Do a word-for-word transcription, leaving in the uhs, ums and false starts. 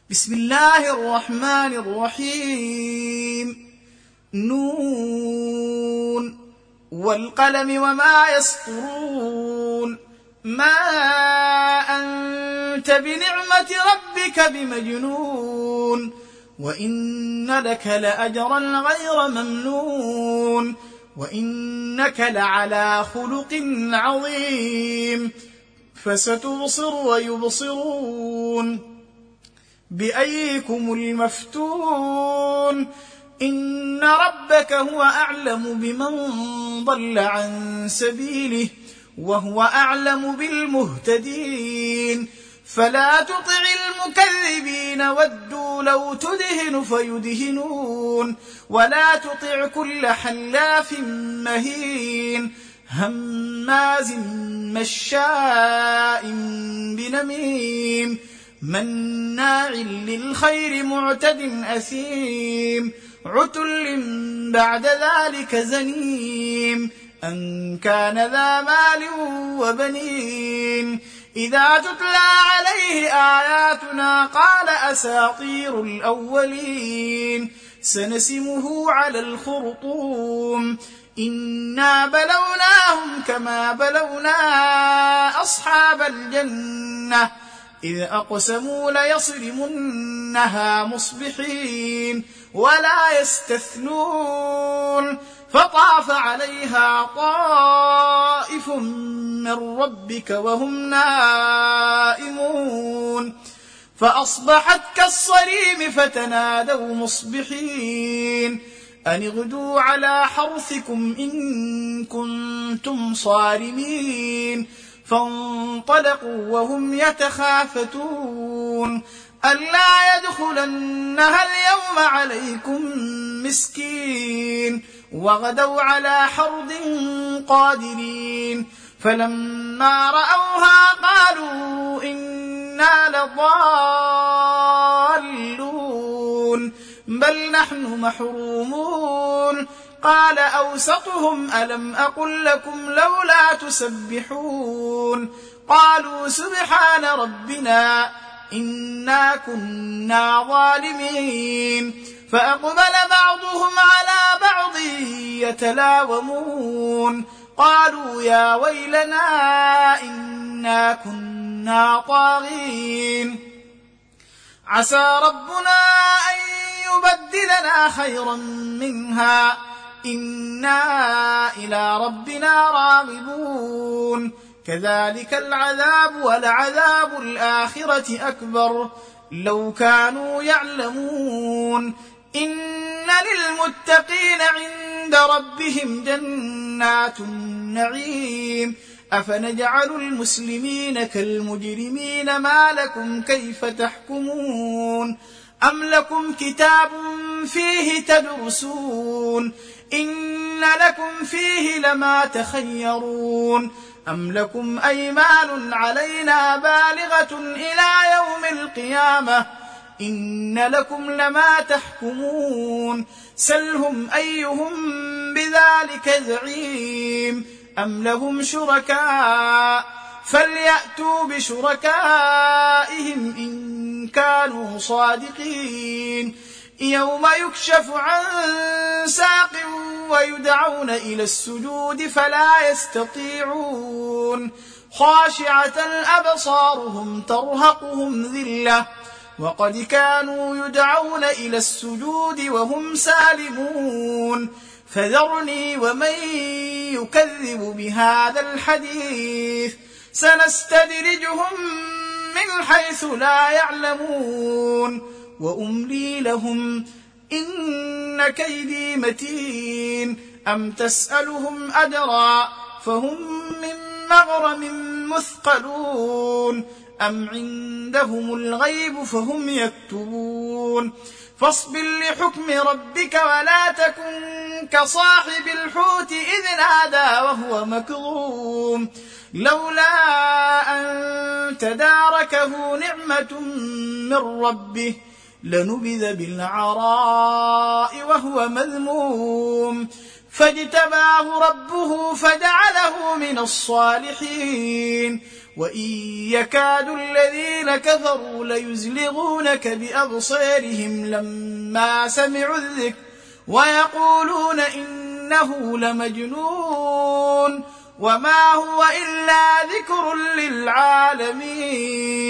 بسم الله الرحمن الرحيم. نون والقلم وما يسطرون. ما أنت بنعمة ربك بمجنون وإن لك لأجرا غير ممنون وإنك لعلى خلق عظيم. فستبصر ويبصرون بأيكم المفتون. إن ربك هو أعلم بمن ضل عن سبيله وهو أعلم بالمهتدين. فلا تطع المكذبين ودوا لو تدهن فيدهنون ولا تطع كل حلاف مهين هماز مشاء بنميم مناع للخير معتد أثيم عتل بعد ذلك زنيم أن كان ذا مال وبنين. إذا تتلى عليه آياتنا قال أساطير الأولين سنسمه على الخرطوم. إنا بلوناهم كما بلونا أصحاب الجنة إذ أقسموا ليصرمنها مصبحين ولا يستثنون. فطاف عليها طائف من ربك وهم نائمون فأصبحت كالصريم فتنادوا مصبحين أن اغدوا على حرثكم إن كنتم صارمين. فانطلقوا وهم يتخافتون ألا يدخلنها اليوم عليكم مسكين وغدوا على حرد قادرين. فلما رأوها قالوا إنا لضالون بل نحن محرومون. قال أوسطهم ألم أقل لكم لولا تسبحون قالوا سبحان ربنا إنا كنا ظالمين. فأقبل بعضهم على بعض يتلاومون قالوا يا ويلنا إنا كنا طاغين عسى ربنا أن يبدلنا خيرا منها إنا إلى ربنا راغبون. كذلك العذاب ولعذاب الآخرة أكبر لو كانوا يعلمون. إن للمتقين عند ربهم جنات النعيم أفنجعل المسلمين كالمجرمين ما لكم كيف تحكمون أم لكم كتاب فيه تدرسون إن لكم فيه لما تخيرون أم لكم أيمان علينا بالغة إلى يوم القيامة إن لكم لما تحكمون سلهم أيهم بذلك زعيم أم لهم شركاء فليأتوا بشركائهم إن كانوا صادقين. يوم يكشف عن ساق ويدعون إلى السجود فلا يستطيعون خاشعة أبصارهم ترهقهم ذلة وقد كانوا يدعون إلى السجود وهم سالمون. فذرني ومن يكذب بهذا الحديث سنستدرجهم من حيث لا يعلمون وأملي لهم إن كيدي متين. أم تسألهم أجرا فهم من مغرم مثقلون أم عندهم الغيب فهم يكتبون. فاصبر لحكم ربك ولا تكن كصاحب الحوت إذ نادى وهو مكظوم لولا أن تداركه نعمة من ربه لنبذ بالعراء وهو مذموم فاجتباه ربه فجعله من الصالحين وإن يكاد الذين كفروا ليزلغونك بأبصارهم لما سمعوا الذكر ويقولون إنه لمجنون وما هو إلا ذكر للعالمين